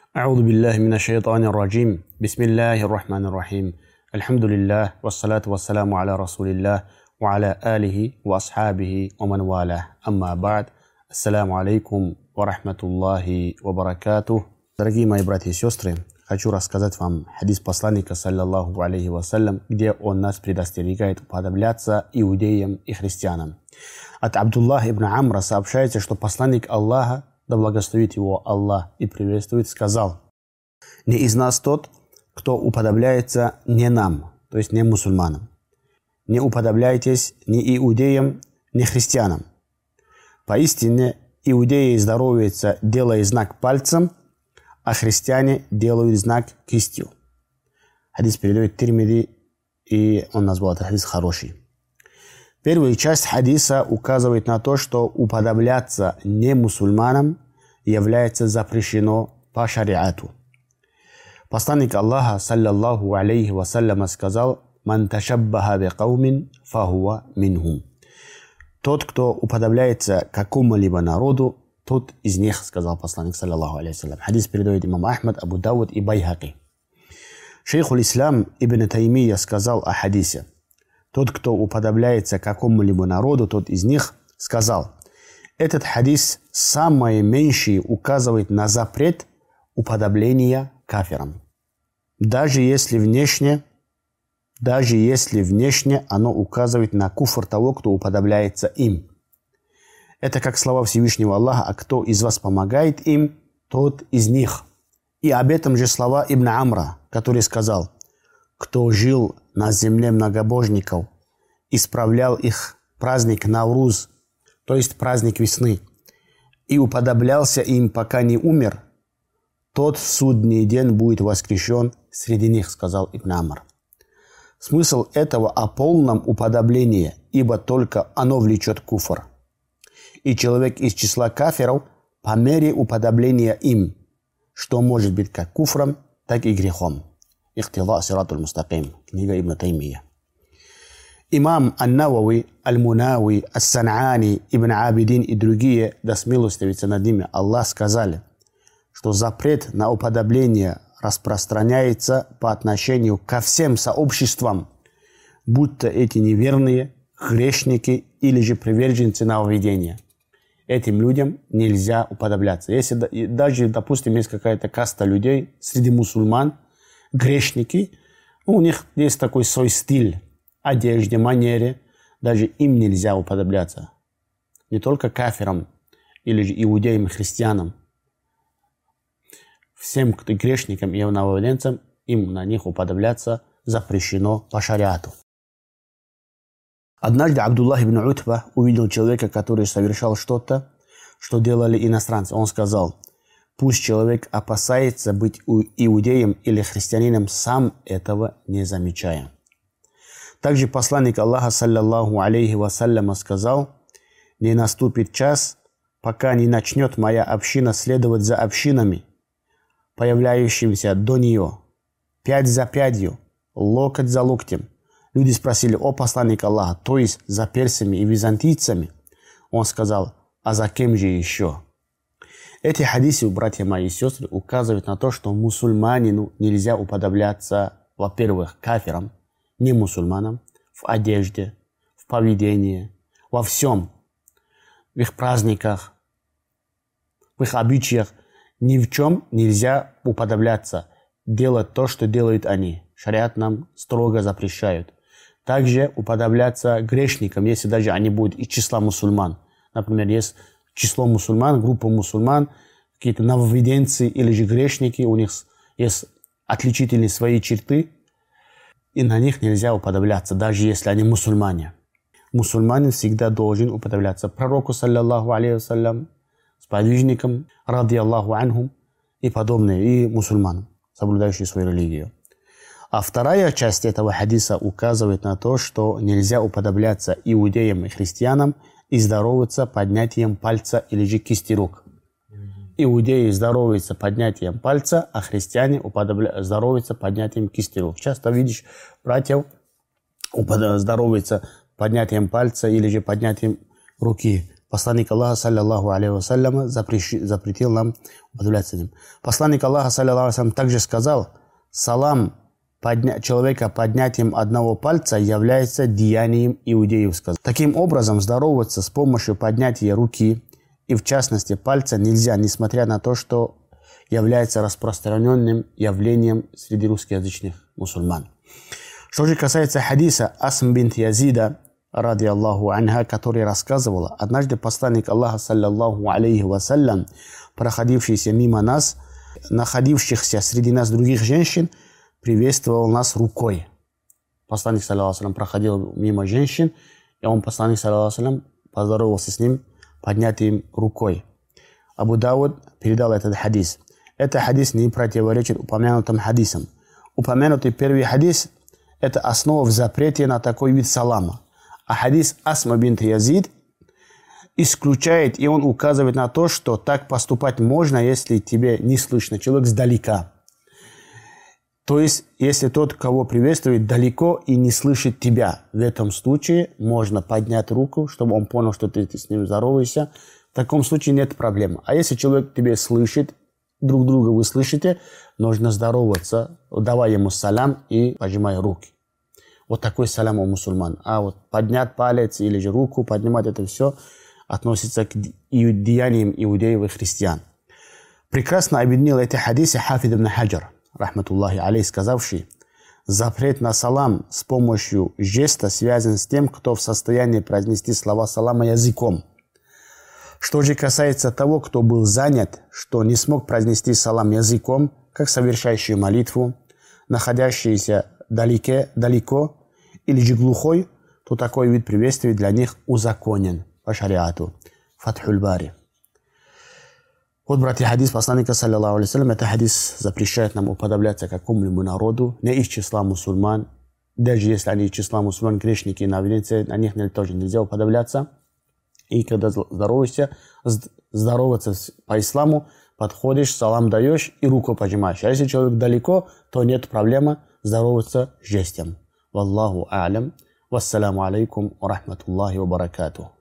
أعوذ بالله من الشيطان الرجيم بسم الله الرحمن الرحيم الحمد لله والصلاة والسلام على رسول الله وعلى آله وأصحابه ومن والاه أما بعد السلام عليكم ورحمة الله وبركاته. Дорогие мои братья и сестры, хочу рассказать вам хадис посланника саллаллаху алейхи вассалям, где он нас предостерегает уподобляться иудеям и христианам. От Абдуллаха ибн Амра сообщается, что посланник Аллаха, да благословит его Аллах и приветствует, сказал: «Не из нас тот, кто уподобляется не нам, то есть не мусульманам. Не уподобляйтесь ни иудеям, ни христианам. Поистине иудеи здороваются, делая знак пальцем, а христиане делают знак кистью». Хадис передает Тирмизи, и он назвал этот хадис хороший. Первая часть хадиса указывает на то, что уподобляться не мусульманам является запрещено по шариату. Посланник Аллаха, саллаллаху алейхи вассаляма, сказал: «Ман ташаббаха би каумин фахуа минхум». Тот, кто уподобляется какому-либо народу, тот из них, сказал посланник, саллаллаху алейхи вассалям. Хадис передает имам Ахмад, Абу Дауд и Байхаки. Шейхуль Ислам ибн Таймия сказал о хадисе: тот, кто уподобляется какому-либо народу, тот из них, сказал. Этот хадис самое меньшее указывает на запрет уподобления кафирам. Даже если внешне оно указывает на куфр того, кто уподобляется им. Это как слова Всевышнего Аллаха: «А кто из вас помогает им, тот из них». И об этом же слова Ибн Амра, который сказал: кто жил на земле многобожников, исправлял их праздник Навруз, то есть праздник весны, и уподоблялся им, пока не умер, тот в судный день будет воскрешен среди них, сказал Ибн Амр. Смысл этого о полном уподоблении, ибо только оно влечет куфр. И человек из числа кафиров по мере уподобления им, что может быть как куфром, так и грехом. Ихтила сиратуль мустаким. Книга Ибн Таймия. Имам Ан-Навави, Аль-Мунауи, Ас-Сан'ани, Ибн Абидин и другие, да смилостивится над ними Аллах, сказали, что запрет на уподобление распространяется по отношению ко всем сообществам, будто эти неверные, грешники или же приверженцы нововведения. Этим людям нельзя уподобляться. Если даже, допустим, есть какая-то каста людей среди мусульман, грешники, у них есть такой свой стиль, одежде, манере, даже им нельзя уподобляться. Не только кафирам или же иудеям и христианам. Всем, кто грешникам и нововведенцам, им на них уподобляться запрещено по шариату. Однажды Абдуллах ибн Утба увидел человека, который совершал что-то, что делали иностранцы. Он сказал: пусть человек опасается быть иудеем или христианином, сам этого не замечая. Также посланник Аллаха, саллаллаху алейхи вассаляма, сказал: не наступит час, пока не начнет моя община следовать за общинами, появляющимися до нее, пять за пятью, локоть за локтем. Люди спросили: о посланник Аллаха, то есть за персами и византийцами? Он сказал: а за кем же еще? Эти хадисы, братья мои и сестры, указывают на то, что мусульманину нельзя уподобляться, во-первых, кафирам, не мусульманам, в одежде, в поведении, во всем, в их праздниках, в их обычаях. Ни в чем нельзя уподобляться, делать то, что делают они. Шариат нам строго запрещают. Также уподобляться грешникам, если даже они будут из числа мусульман. Например, есть число мусульман, группа мусульман, какие-то нововведенцы или же грешники, у них есть отличительные свои черты, и на них нельзя уподобляться, даже если они мусульмане. Мусульманин всегда должен уподобляться пророку, саллаллаху алейхи вассалям, сподвижникам, ради Аллаху анхум и подобные, и мусульманам, соблюдающим свою религию. А вторая часть этого хадиса указывает на то, что нельзя уподобляться иудеям и христианам и здороваться поднятием пальца или же кисти рук. Иудеи здороваются поднятием пальца, а христиане здороваются поднятием кисти рук. Часто видишь братьев здороваются поднятием пальца или же поднятием руки. Посланник Аллаха, саллиллаху алейхи вассаляма, запретил нам употребляться ним. Посланник Аллаха, саллиллаху алейхи вассалям, также сказал: салам человека поднятием одного пальца является деянием иудеев. Таким образом, здороваться с помощью поднятия руки и, в частности, пальца нельзя, несмотря на то, что является распространенным явлением среди русскоязычных мусульман. Что же касается хадиса Асм бинт Язида, ради Аллаху анха, который рассказывала: однажды посланник Аллаха, саллиллаху алейхи вассалям, проходившийся мимо нас, находившихся среди нас других женщин, приветствовал нас рукой. Посланник, саллиллаху алейхи, проходил мимо женщин, и посланник, саллиллаху алейхи, поздоровался с ним поднятой рукой. Абу Дауд передал этот хадис. Этот хадис не противоречит упомянутым хадисам. Упомянутый первый хадис – это основа в запрете на такой вид салама. А хадис Асма бинт Язид исключает, и он указывает на то, что так поступать можно, если тебе не слышно, человек сдалека. То есть, если тот, кого приветствует, далеко и не слышит тебя, в этом случае можно поднять руку, чтобы он понял, что ты с ним здороваешься. В таком случае нет проблем. А если человек тебя слышит, друг друга вы слышите, нужно здороваться, давай ему салам и пожимай руки. Вот такой салам у мусульман. А вот поднять палец или же руку, поднимать, это все относится к деяниям иудеев и христиан. Прекрасно объяснил эти хадисы Хафид ибн Хаджар, рахматуллахи алейх, сказавший: запрет на салам с помощью жеста связан с тем, кто в состоянии произнести слова салама языком. Что же касается того, кто был занят, что не смог произнести салам языком, как совершающий молитву, находящийся далеко или же глухой, то такой вид приветствия для них узаконен по шариату. Фатхуль Бари. Вот, братья, хадис посланника, саллиллаху алейхи вассалям, это хадис запрещает нам уподобляться какому-либо народу, не из числа мусульман, даже если они из числа мусульман, грешники и навинцы, на них тоже нельзя уподобляться. И когда здороваешься, здороваться по исламу, подходишь, салам даешь и руку пожимаешь. А если человек далеко, то нет проблемы здороваться жестом. Валлаху а'лям. Вассаламу алейкум ва рахматуллахи ва баракатух.